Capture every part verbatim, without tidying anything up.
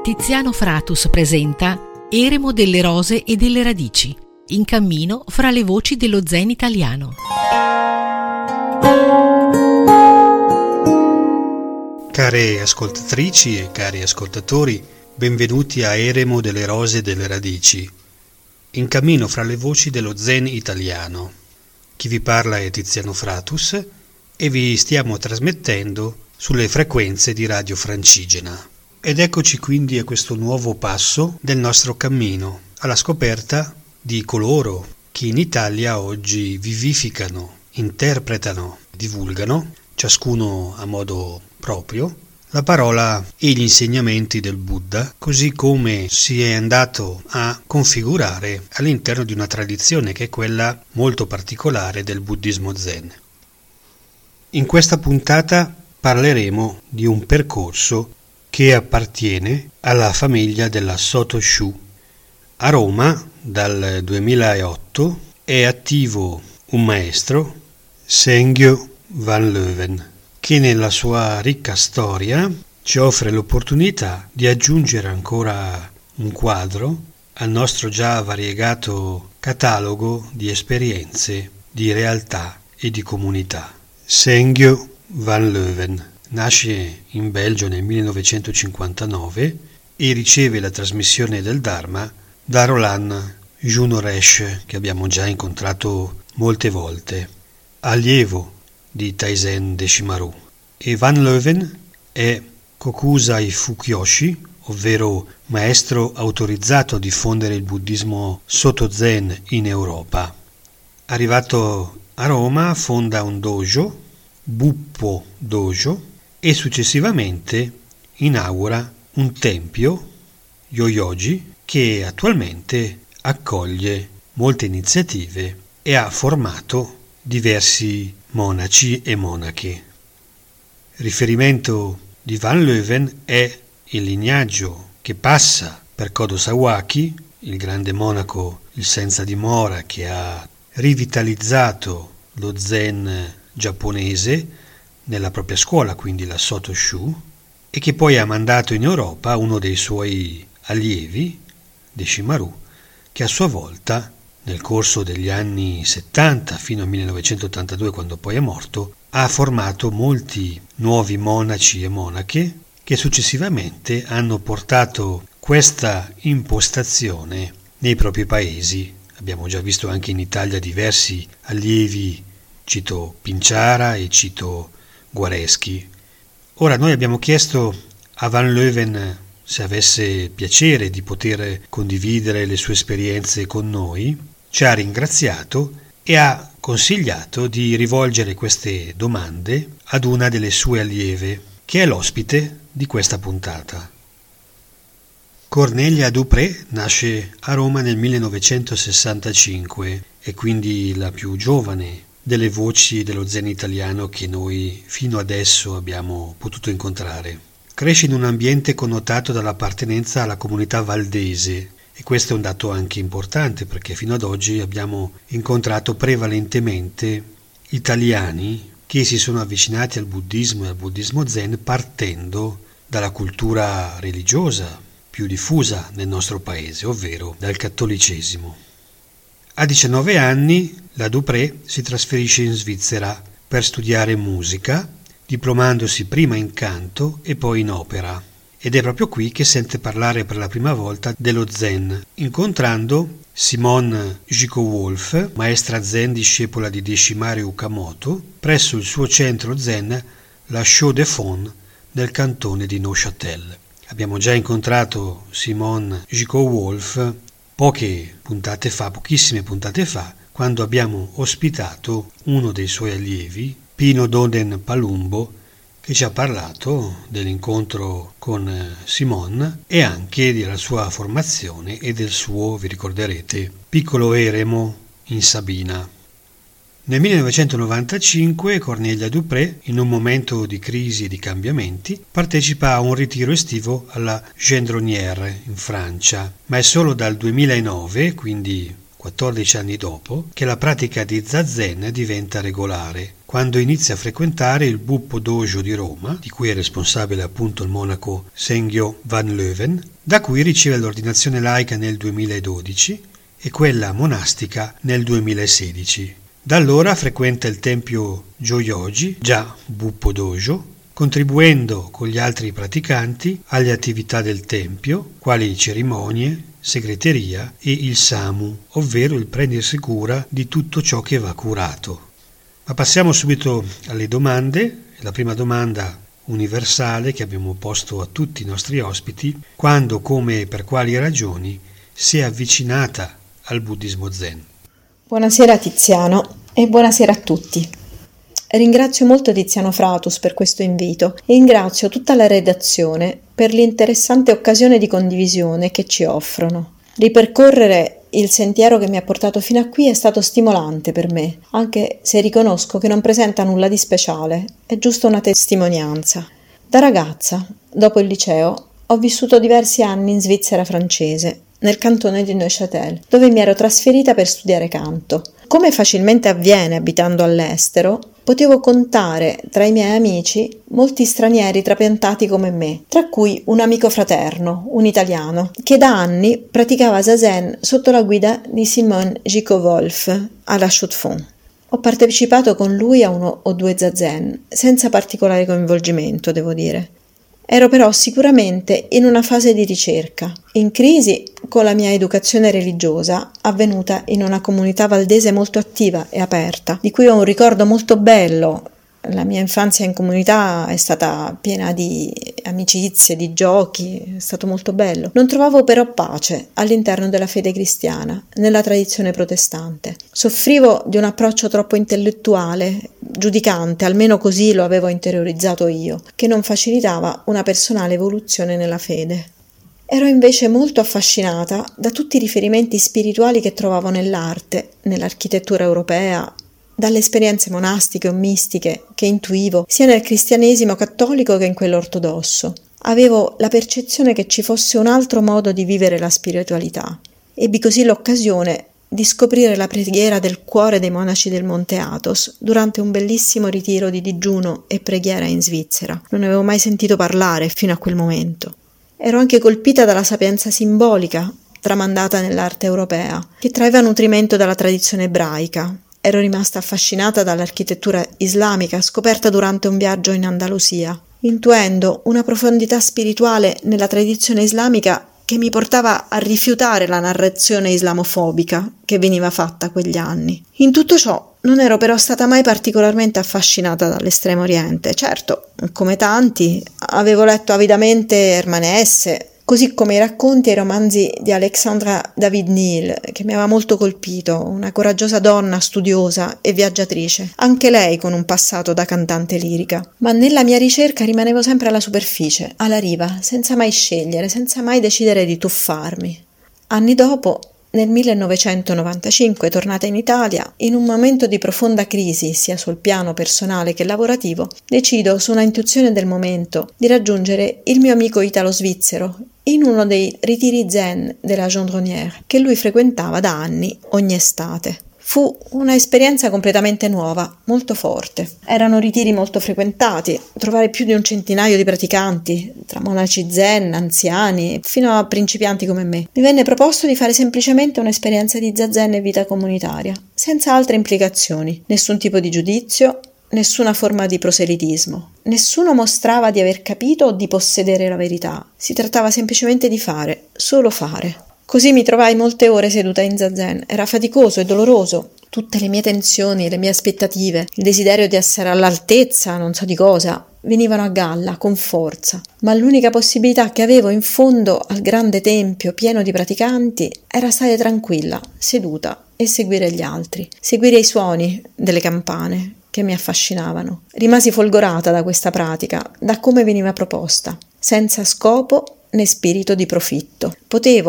Tiziano Fratus presenta Eremo delle rose e delle radici, in cammino fra le voci dello zen italiano. Care ascoltatrici e cari ascoltatori, benvenuti a Eremo delle rose e delle radici, in cammino fra le voci dello zen italiano. Chi vi parla è Tiziano Fratus e vi stiamo trasmettendo sulle frequenze di Radio Francigena. Ed eccoci quindi a questo nuovo passo del nostro cammino, alla scoperta di coloro che in Italia oggi vivificano, interpretano, divulgano, ciascuno a modo proprio, la parola e gli insegnamenti del Buddha, così come si è andato a configurare all'interno di una tradizione che è quella molto particolare del buddismo zen. In questa puntata parleremo di un percorso che appartiene alla famiglia della Soto Shu. A Roma, dal duemilaotto, è attivo un maestro, Sengyo Van Leuven, che nella sua ricca storia ci offre l'opportunità di aggiungere ancora un quadro al nostro già variegato catalogo di esperienze, di realtà e di comunità. Sengyo Van Leuven nasce in Belgio nel millenovecentocinquantanove e riceve la trasmissione del Dharma da Roland Junoresh, che abbiamo già incontrato molte volte, allievo di Taizen Deshimaru. E Van Leuven è Kokusai Fukiyoshi, ovvero maestro autorizzato a diffondere il buddismo Soto Zen in Europa. Arrivato a Roma fonda un dojo, Buppo Dojo, e successivamente inaugura un tempio, Yoyogi, che attualmente accoglie molte iniziative e ha formato diversi monaci e monache. Riferimento di Van Leuven è il lignaggio che passa per Kodo Sawaki, il grande monaco, il senza dimora, che ha rivitalizzato lo zen giapponese nella propria scuola, quindi la Soto Shu, e che poi ha mandato in Europa uno dei suoi allievi, Deshimaru, che a sua volta, nel corso degli anni settanta fino al millenovecentottantadue, quando poi è morto, ha formato molti nuovi monaci e monache che successivamente hanno portato questa impostazione nei propri paesi. Abbiamo già visto anche in Italia diversi allievi, cito Pinciara e cito Guareschi. Ora noi abbiamo chiesto a Van Leuven se avesse piacere di poter condividere le sue esperienze con noi, ci ha ringraziato e ha consigliato di rivolgere queste domande ad una delle sue allieve, che è l'ospite di questa puntata. Cornelia Dupré nasce a Roma nel millenovecentosessantacinque, e quindi la più giovane delle voci dello zen italiano che noi fino adesso abbiamo potuto incontrare. Cresce in un ambiente connotato dall'appartenenza alla comunità valdese, e questo è un dato anche importante perché fino ad oggi abbiamo incontrato prevalentemente italiani che si sono avvicinati al buddismo e al buddismo zen partendo dalla cultura religiosa più diffusa nel nostro paese, ovvero dal cattolicesimo. A diciannove anni la Dupré si trasferisce in Svizzera per studiare musica, diplomandosi prima in canto e poi in opera. Ed è proprio qui che sente parlare per la prima volta dello zen, incontrando Simone Jiko-Wolf, maestra zen discepola di Deshimaru Okamoto, presso il suo centro zen, la Chaux de Fonds, nel cantone di Neuchâtel. Abbiamo già incontrato Simone Jiko-Wolf poche puntate fa, pochissime puntate fa, quando abbiamo ospitato uno dei suoi allievi, Pino Doden Palumbo, che ci ha parlato dell'incontro con Simone e anche della sua formazione e del suo, vi ricorderete, piccolo eremo in Sabina. Nel millenovecentonovantacinque Cornelia Dupré, in un momento di crisi e di cambiamenti, partecipa a un ritiro estivo alla Gendronnière in Francia, ma è solo dal duemilanove, quindi quattordici anni dopo, che la pratica di zazen diventa regolare, quando inizia a frequentare il Buppo Dojo di Roma, di cui è responsabile appunto il monaco Sengyo van Leuven, da cui riceve l'ordinazione laica nel duemiladodici e quella monastica nel duemilasedici. Da allora frequenta il tempio Joyoji, già Buppo Dojo, contribuendo con gli altri praticanti alle attività del tempio, quali cerimonie, segreteria e il Samu, ovvero il prendersi cura di tutto ciò che va curato. Ma passiamo subito alle domande. La prima domanda universale che abbiamo posto a tutti i nostri ospiti: quando, come e per quali ragioni si è avvicinata al buddismo zen? Buonasera Tiziano e buonasera a tutti. Ringrazio molto Tiziano Fratus per questo invito e ringrazio tutta la redazione per l'interessante occasione di condivisione che ci offrono. Ripercorrere il sentiero che mi ha portato fino a qui è stato stimolante per me, anche se riconosco che non presenta nulla di speciale, è giusto una testimonianza. Da ragazza, dopo il liceo, ho vissuto diversi anni in Svizzera francese, nel cantone di Neuchâtel, dove mi ero trasferita per studiare canto. Come facilmente avviene abitando all'estero, potevo contare tra i miei amici molti stranieri trapiantati come me, tra cui un amico fraterno, un italiano, che da anni praticava zazen sotto la guida di Simone Gicot-Wolf a La Chaux-de-Fonds. Ho partecipato con lui a uno o due zazen, senza particolare coinvolgimento, devo dire. Ero però sicuramente in una fase di ricerca, in crisi con la mia educazione religiosa, avvenuta in una comunità valdese molto attiva e aperta, di cui ho un ricordo molto bello. La mia infanzia in comunità è stata piena di amicizie, di giochi, è stato molto bello. Non trovavo però pace all'interno della fede cristiana, nella tradizione protestante. Soffrivo di un approccio troppo intellettuale, giudicante, almeno così lo avevo interiorizzato io, che non facilitava una personale evoluzione nella fede. Ero invece molto affascinata da tutti i riferimenti spirituali che trovavo nell'arte, nell'architettura europea, dalle esperienze monastiche o mistiche che intuivo sia nel cristianesimo cattolico che in quello ortodosso. Avevo la percezione che ci fosse un altro modo di vivere la spiritualità. Ebbi così l'occasione di scoprire la preghiera del cuore dei monaci del Monte Athos durante un bellissimo ritiro di digiuno e preghiera in Svizzera. Non ne avevo mai sentito parlare fino a quel momento. Ero anche colpita dalla sapienza simbolica tramandata nell'arte europea, che traeva nutrimento dalla tradizione ebraica. Ero rimasta affascinata dall'architettura islamica scoperta durante un viaggio in Andalusia, intuendo una profondità spirituale nella tradizione islamica che mi portava a rifiutare la narrazione islamofobica che veniva fatta quegli anni. In tutto ciò non ero però stata mai particolarmente affascinata dall'Estremo Oriente. Certo, come tanti, avevo letto avidamente Hermann Hesse, così come i racconti e i romanzi di Alexandra David-Néel, che mi aveva molto colpito, una coraggiosa donna studiosa e viaggiatrice, anche lei con un passato da cantante lirica. Ma nella mia ricerca rimanevo sempre alla superficie, alla riva, senza mai scegliere, senza mai decidere di tuffarmi. Anni dopo, nel millenovecentonovantacinque, tornata in Italia, in un momento di profonda crisi sia sul piano personale che lavorativo, decido, su una intuizione del momento, di raggiungere il mio amico italo-svizzero in uno dei ritiri zen della Gendronnière che lui frequentava da anni ogni estate. Fu una esperienza completamente nuova, molto forte. Erano ritiri molto frequentati, trovare più di un centinaio di praticanti, tra monaci zen, anziani, fino a principianti come me. Mi venne proposto di fare semplicemente un'esperienza di zazen e vita comunitaria, senza altre implicazioni, nessun tipo di giudizio, nessuna forma di proselitismo. Nessuno mostrava di aver capito o di possedere la verità. Si trattava semplicemente di fare, solo fare. Così mi trovai molte ore seduta in zazen. Era faticoso e doloroso. Tutte le mie tensioni, le mie aspettative, il desiderio di essere all'altezza, non so di cosa, venivano a galla con forza. Ma l'unica possibilità che avevo in fondo al grande tempio pieno di praticanti era stare tranquilla, seduta e seguire gli altri, seguire i suoni delle campane che mi affascinavano. Rimasi folgorata da questa pratica, da come veniva proposta, senza scopo né spirito di profitto. Potevo,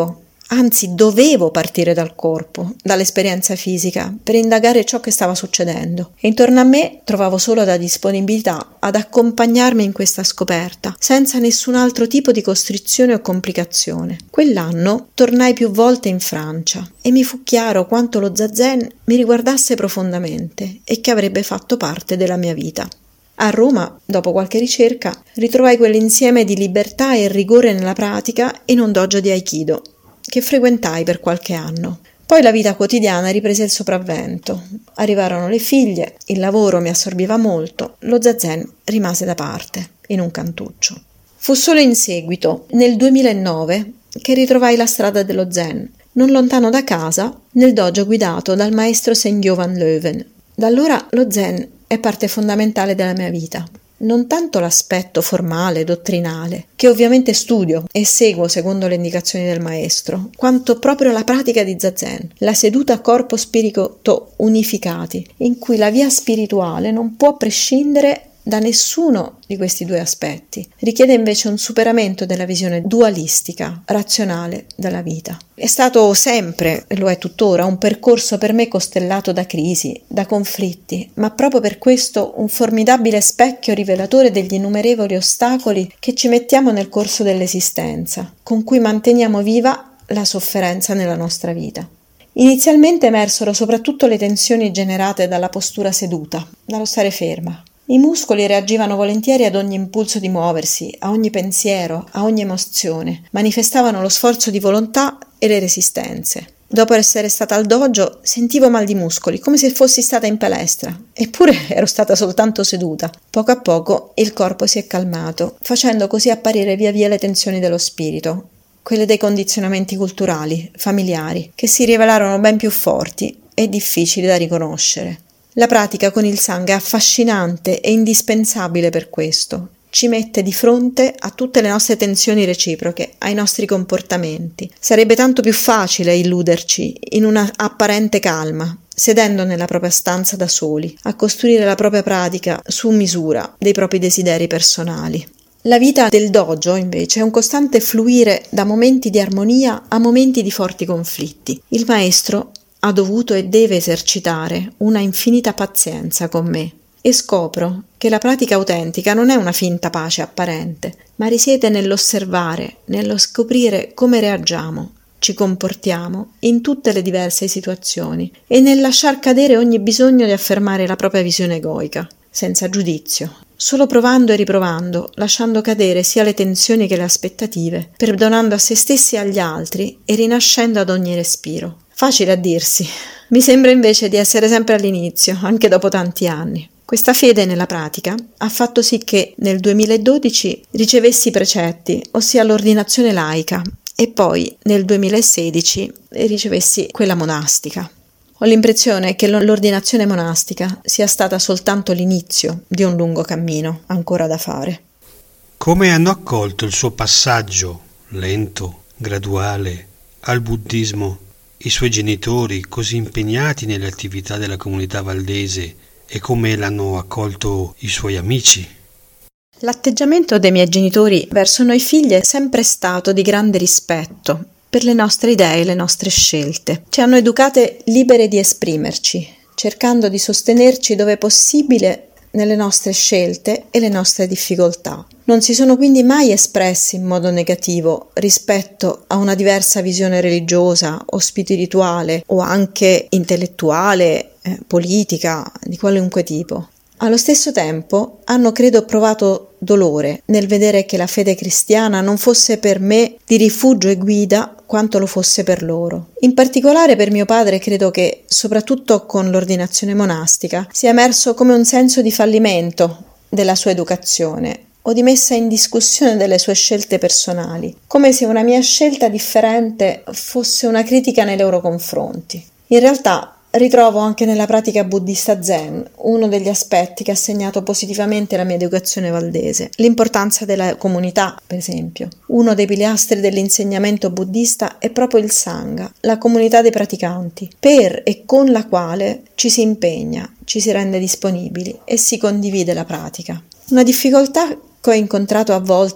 Anzi, dovevo partire dal corpo, dall'esperienza fisica, per indagare ciò che stava succedendo. E intorno a me trovavo solo la disponibilità ad accompagnarmi in questa scoperta, senza nessun altro tipo di costrizione o complicazione. Quell'anno tornai più volte in Francia e mi fu chiaro quanto lo zazen mi riguardasse profondamente e che avrebbe fatto parte della mia vita. A Roma, dopo qualche ricerca, ritrovai quell'insieme di libertà e rigore nella pratica in un dojo di Aikido, che frequentai per qualche anno. Poi la vita quotidiana riprese il sopravvento. Arrivarono le figlie, il lavoro mi assorbiva molto, lo zazen rimase da parte, in un cantuccio. Fu solo in seguito, nel duemilanove, che ritrovai la strada dello zen, non lontano da casa, nel dojo guidato dal maestro Sengyo van Leuven. Da allora lo zen è parte fondamentale della mia vita. Non tanto l'aspetto formale, dottrinale, che ovviamente studio e seguo secondo le indicazioni del maestro, quanto proprio la pratica di zazen, la seduta corpo-spirito unificati, in cui la via spirituale non può prescindere da nessuno di questi due aspetti. Richiede invece un superamento della visione dualistica, razionale della vita. È stato sempre, e lo è tuttora, un percorso per me costellato da crisi, da conflitti, ma proprio per questo un formidabile specchio rivelatore degli innumerevoli ostacoli che ci mettiamo nel corso dell'esistenza, con cui manteniamo viva la sofferenza nella nostra vita. Inizialmente emersero soprattutto le tensioni generate dalla postura seduta, dallo stare ferma. I muscoli reagivano volentieri ad ogni impulso di muoversi, a ogni pensiero, a ogni emozione, manifestavano lo sforzo di volontà e le resistenze. Dopo essere stata al dojo sentivo mal di muscoli, come se fossi stata in palestra, eppure ero stata soltanto seduta. Poco a poco il corpo si è calmato, facendo così apparire via via le tensioni dello spirito, quelle dei condizionamenti culturali, familiari, che si rivelarono ben più forti e difficili da riconoscere. La pratica con il Sangha è affascinante e indispensabile per questo. Ci mette di fronte a tutte le nostre tensioni reciproche, ai nostri comportamenti. Sarebbe tanto più facile illuderci in una apparente calma, sedendo nella propria stanza da soli, a costruire la propria pratica su misura dei propri desideri personali. La vita del dojo, invece, è un costante fluire da momenti di armonia a momenti di forti conflitti. Il maestro ha dovuto e deve esercitare una infinita pazienza con me e scopro che la pratica autentica non è una finta pace apparente, ma risiede nell'osservare, nello scoprire come reagiamo, ci comportiamo in tutte le diverse situazioni e nel lasciar cadere ogni bisogno di affermare la propria visione egoica, senza giudizio, solo provando e riprovando, lasciando cadere sia le tensioni che le aspettative, perdonando a se stessi e agli altri e rinascendo ad ogni respiro. Facile a dirsi, mi sembra invece di essere sempre all'inizio, anche dopo tanti anni. Questa fede nella pratica ha fatto sì che nel duemiladodici ricevessi i precetti, ossia l'ordinazione laica, e poi nel duemilasedici ricevessi quella monastica. Ho l'impressione che l'ordinazione monastica sia stata soltanto l'inizio di un lungo cammino ancora da fare. Come hanno accolto il suo passaggio, lento, graduale, al buddismo, i suoi genitori così impegnati nelle attività della comunità valdese e come l'hanno accolto i suoi amici? L'atteggiamento dei miei genitori verso noi figli è sempre stato di grande rispetto per le nostre idee e le nostre scelte. Ci hanno educate libere di esprimerci, cercando di sostenerci dove possibile nelle nostre scelte e le nostre difficoltà. Non si sono quindi mai espressi in modo negativo rispetto a una diversa visione religiosa o spirituale o anche intellettuale, eh, politica, di qualunque tipo. Allo stesso tempo hanno, credo, provato dolore nel vedere che la fede cristiana non fosse per me di rifugio e guida quanto lo fosse per loro. In particolare per mio padre credo che, soprattutto con l'ordinazione monastica, sia emerso come un senso di fallimento della sua educazione o di messa in discussione delle sue scelte personali, come se una mia scelta differente fosse una critica nei loro confronti. In realtà ritrovo anche nella pratica buddista zen uno degli aspetti che ha segnato positivamente la mia educazione valdese, l'importanza della comunità, per esempio. Uno dei pilastri dell'insegnamento buddista è proprio il Sangha, la comunità dei praticanti, per e con la quale ci si impegna, ci si rende disponibili e si condivide la pratica. Una difficoltà che ho incontrato a volte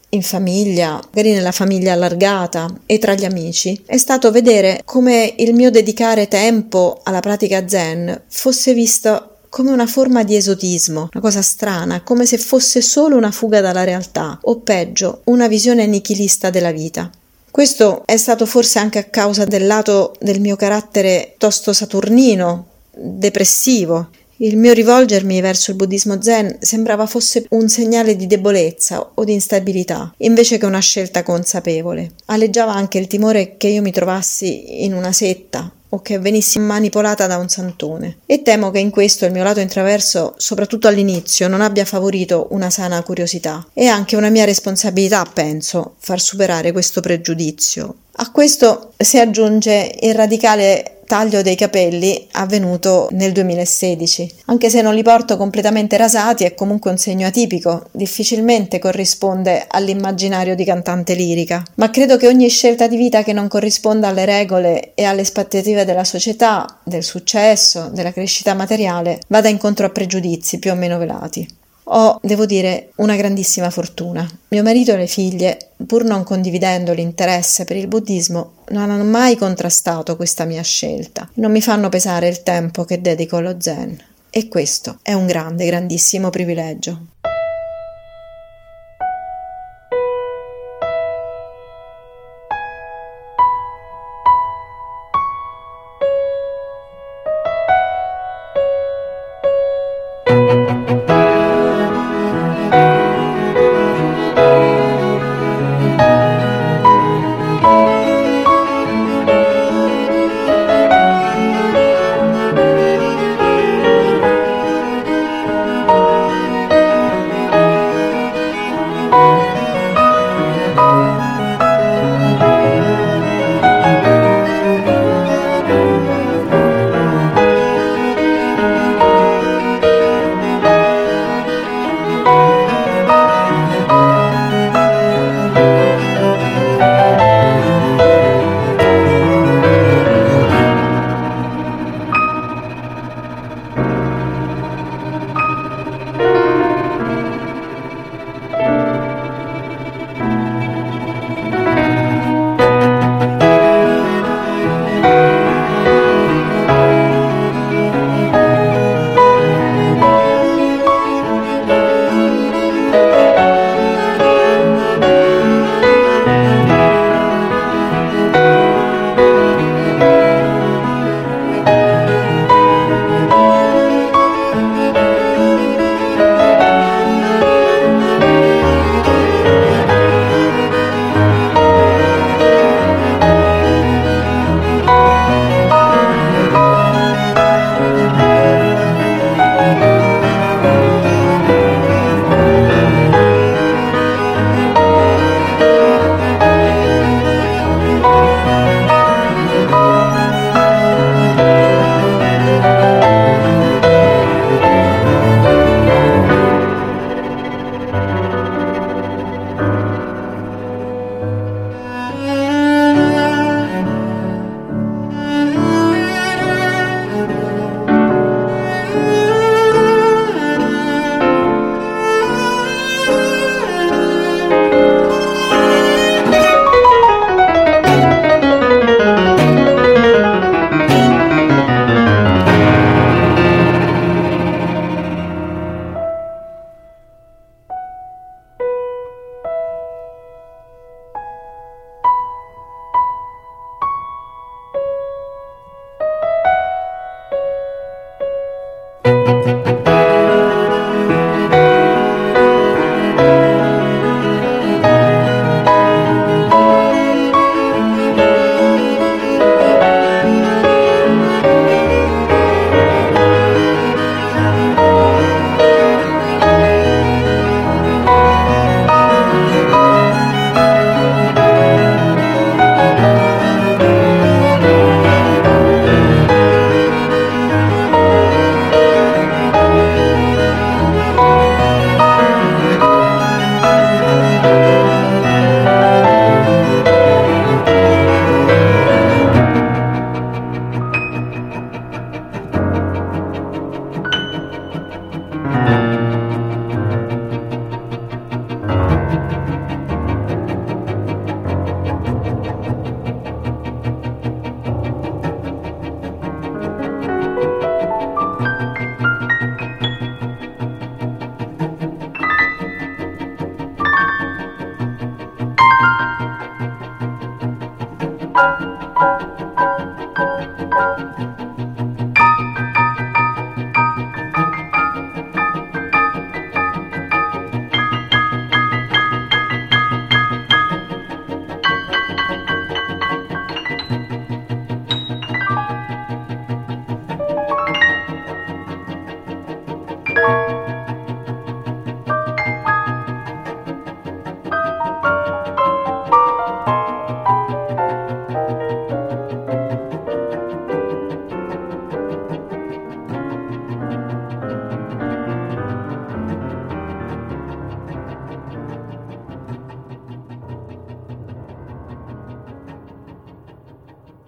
in famiglia, magari nella famiglia allargata e tra gli amici, è stato vedere come il mio dedicare tempo alla pratica Zen fosse visto come una forma di esotismo, una cosa strana, come se fosse solo una fuga dalla realtà, o peggio, una visione nichilista della vita. Questo è stato forse anche a causa del lato del mio carattere piuttosto saturnino, depressivo. Il mio rivolgermi verso il buddismo zen sembrava fosse un segnale di debolezza o di instabilità, invece che una scelta consapevole. Aleggiava anche il timore che io mi trovassi in una setta o che venissi manipolata da un santone. E temo che in questo il mio lato intraverso, soprattutto all'inizio, non abbia favorito una sana curiosità. È anche una mia responsabilità, penso, far superare questo pregiudizio. A questo si aggiunge il radicale taglio dei capelli avvenuto nel duemilasedici. Anche se non li porto completamente rasati, è comunque un segno atipico, difficilmente corrisponde all'immaginario di cantante lirica. Ma credo che ogni scelta di vita che non corrisponda alle regole e alle aspettative della società, del successo, della crescita materiale, vada incontro a pregiudizi più o meno velati. Ho, devo dire, una grandissima fortuna. Mio marito e le figlie, pur non condividendo l'interesse per il buddismo, non hanno mai contrastato questa mia scelta. Non mi fanno pesare il tempo che dedico allo zen. E questo è un grande, grandissimo privilegio.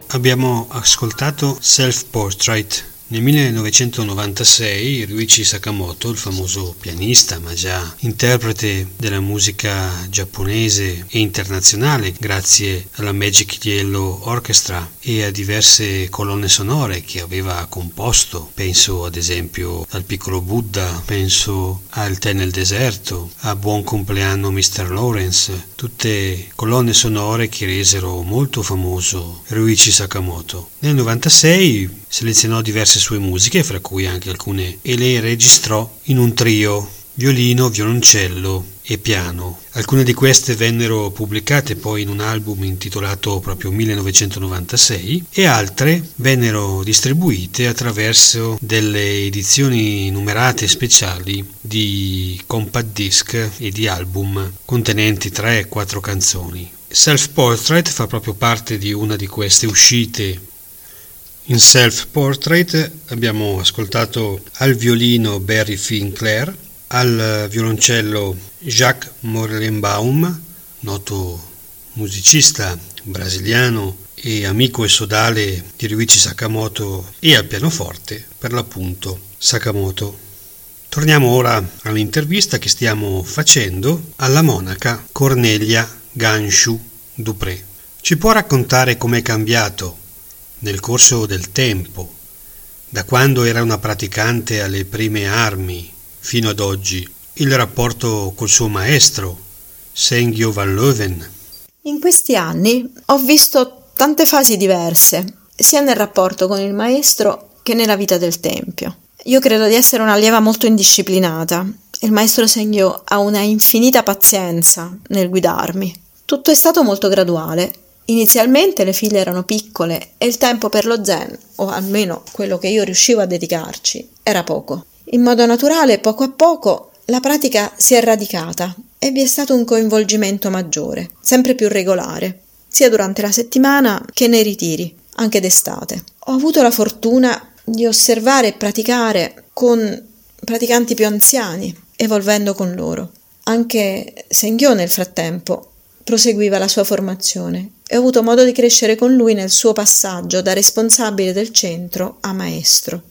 Abbiamo ascoltato Self Portrait. Nel millenovecentonovantasei Ryuichi Sakamoto, il famoso pianista ma già interprete della musica giapponese e internazionale grazie alla Magic Yellow Orchestra e a diverse colonne sonore che aveva composto, penso ad esempio al Piccolo Buddha, penso al Tè nel deserto, a Buon compleanno mister Lawrence, tutte colonne sonore che resero molto famoso Ryuichi Sakamoto. Nel novantasei selezionò diverse sue musiche, fra cui anche alcune, e le registrò in un trio, violino, violoncello e piano. Alcune di queste vennero pubblicate poi in un album intitolato proprio millenovecentonovantasei e altre vennero distribuite attraverso delle edizioni numerate speciali di compact disc e di album contenenti tre quattro canzoni. Self Portrait fa proprio parte di una di queste uscite. In Self Portrait abbiamo ascoltato al violino Barry Finkler, al violoncello Jacques Morellenbaum, noto musicista brasiliano e amico e sodale di Ryuichi Sakamoto, e al pianoforte, per l'appunto, Sakamoto. Torniamo ora all'intervista che stiamo facendo alla monaca Cornelia Ganshu Dupré. Ci può raccontare com'è cambiato nel corso del tempo, da quando era una praticante alle prime armi fino ad oggi, il rapporto col suo maestro, Sengyo van Leuven? In questi anni ho visto tante fasi diverse, sia nel rapporto con il maestro che nella vita del tempio. Io credo di essere un'allieva molto indisciplinata. Il maestro Sengyo ha una infinita pazienza nel guidarmi. Tutto è stato molto graduale. Inizialmente le figlie erano piccole e il tempo per lo zen, o almeno quello che io riuscivo a dedicarci, era poco. In modo naturale, poco a poco, la pratica si è radicata e vi è stato un coinvolgimento maggiore, sempre più regolare, sia durante la settimana che nei ritiri, anche d'estate. Ho avuto la fortuna di osservare e praticare con praticanti più anziani, evolvendo con loro. Anche Sengyo nel frattempo proseguiva la sua formazione e ho avuto modo di crescere con lui nel suo passaggio da responsabile del centro a maestro.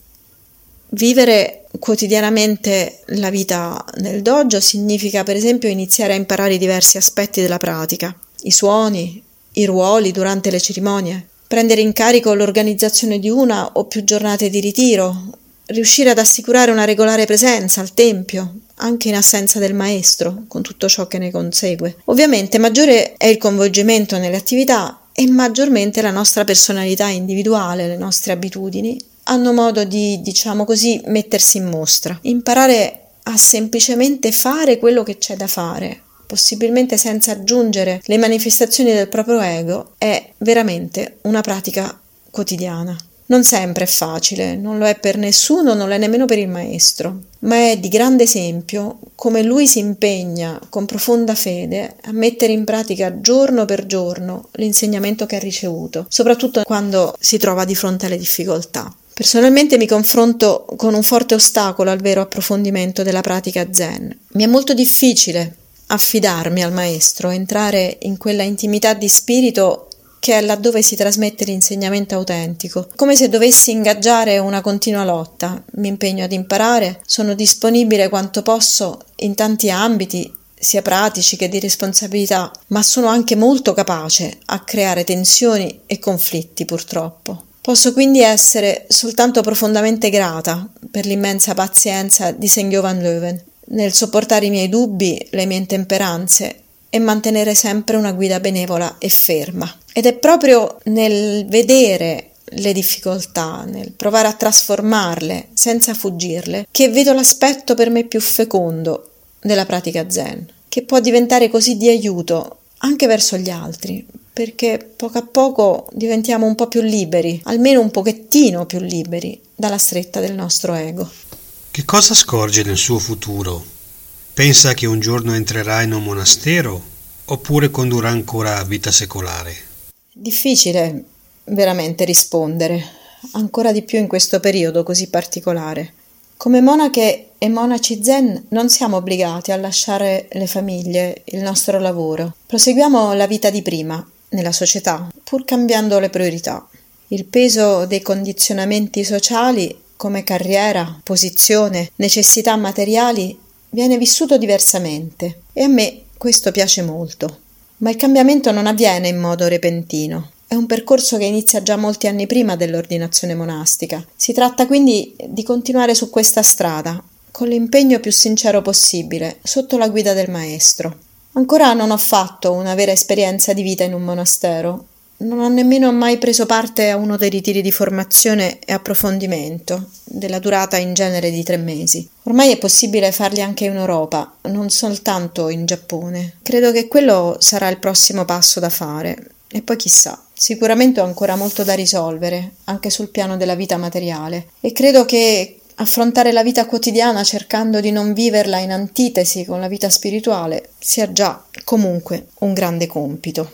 Vivere quotidianamente la vita nel dojo significa per esempio iniziare a imparare i diversi aspetti della pratica, i suoni, i ruoli durante le cerimonie, prendere in carico l'organizzazione di una o più giornate di ritiro, riuscire ad assicurare una regolare presenza al tempio, anche in assenza del maestro, con tutto ciò che ne consegue. Ovviamente maggiore è il coinvolgimento nelle attività e maggiormente la nostra personalità individuale, le nostre abitudini, hanno modo di, diciamo così, mettersi in mostra. Imparare a semplicemente fare quello che c'è da fare, possibilmente senza aggiungere le manifestazioni del proprio ego, è veramente una pratica quotidiana. Non sempre è facile, non lo è per nessuno, non lo è nemmeno per il maestro, ma è di grande esempio come lui si impegna con profonda fede a mettere in pratica giorno per giorno l'insegnamento che ha ricevuto, soprattutto quando si trova di fronte alle difficoltà. Personalmente mi confronto con un forte ostacolo al vero approfondimento della pratica zen. Mi è molto difficile affidarmi al maestro, entrare in quella intimità di spirito che è laddove si trasmette l'insegnamento autentico, come se dovessi ingaggiare una continua lotta. Mi impegno ad imparare, sono disponibile quanto posso in tanti ambiti, sia pratici che di responsabilità, ma sono anche molto capace a creare tensioni e conflitti, purtroppo. Posso quindi essere soltanto profondamente grata per l'immensa pazienza di Sengyo van Leuven nel sopportare i miei dubbi, le mie intemperanze e mantenere sempre una guida benevola e ferma. Ed è proprio nel vedere le difficoltà, nel provare a trasformarle senza fuggirle, che vedo l'aspetto per me più fecondo della pratica zen, che può diventare così di aiuto anche verso gli altri, perché poco a poco diventiamo un po' più liberi, almeno un pochettino più liberi dalla stretta del nostro ego. Che cosa scorge nel suo futuro? Pensa che un giorno entrerà in un monastero oppure condurrà ancora vita secolare? Difficile veramente rispondere, ancora di più in questo periodo così particolare. Come monache e monaci zen non siamo obbligati a lasciare le famiglie, il nostro lavoro. Proseguiamo la vita di prima, nella società, pur cambiando le priorità. Il peso dei condizionamenti sociali, come carriera, posizione, necessità materiali, viene vissuto diversamente e a me questo piace molto. Ma il cambiamento non avviene in modo repentino. È un percorso che inizia già molti anni prima dell'ordinazione monastica. Si tratta quindi di continuare su questa strada, con l'impegno più sincero possibile, sotto la guida del maestro. Ancora non ho fatto una vera esperienza di vita in un monastero. Non ho nemmeno mai preso parte a uno dei ritiri di formazione e approfondimento, della durata in genere di tre mesi. Ormai è possibile farli anche in Europa, non soltanto in Giappone. Credo che quello sarà il prossimo passo da fare. E poi chissà, sicuramente ho ancora molto da risolvere, anche sul piano della vita materiale. E credo che affrontare la vita quotidiana cercando di non viverla in antitesi con la vita spirituale sia già, comunque, un grande compito.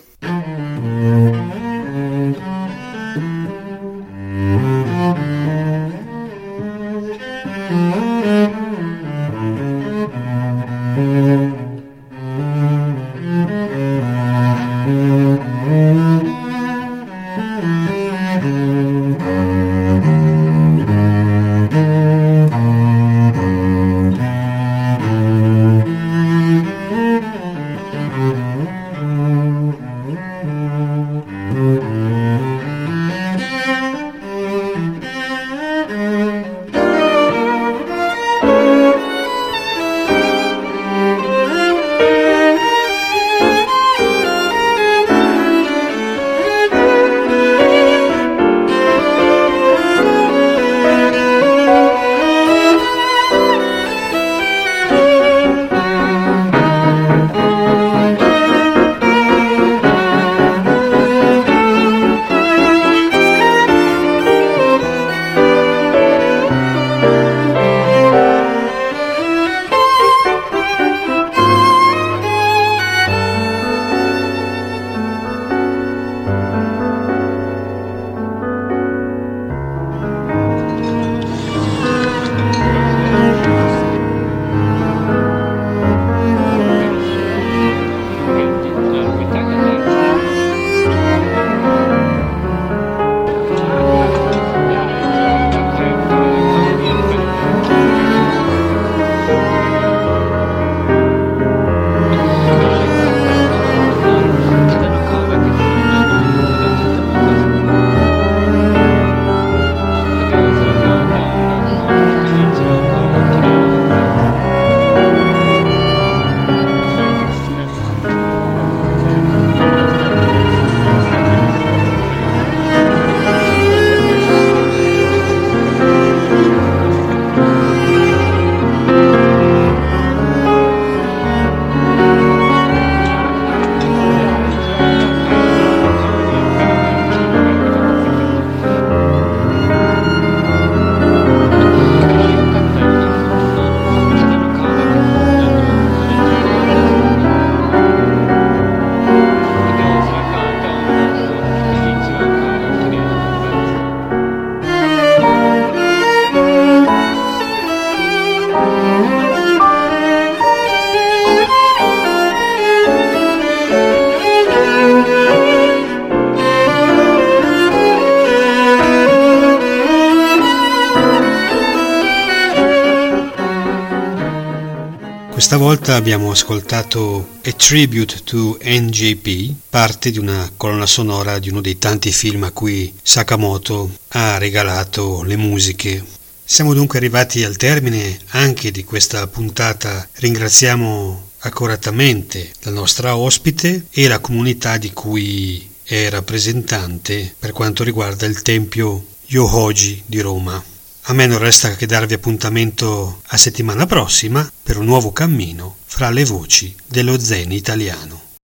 Questa volta abbiamo ascoltato A Tribute to N J P, parte di una colonna sonora di uno dei tanti film a cui Sakamoto ha regalato le musiche. Siamo dunque arrivati al termine anche di questa puntata. Ringraziamo accuratamente la nostra ospite e la comunità di cui è rappresentante per quanto riguarda il Tempio Yohoji di Roma. A me non resta che darvi appuntamento a settimana prossima per un nuovo cammino fra le voci dello Zen italiano.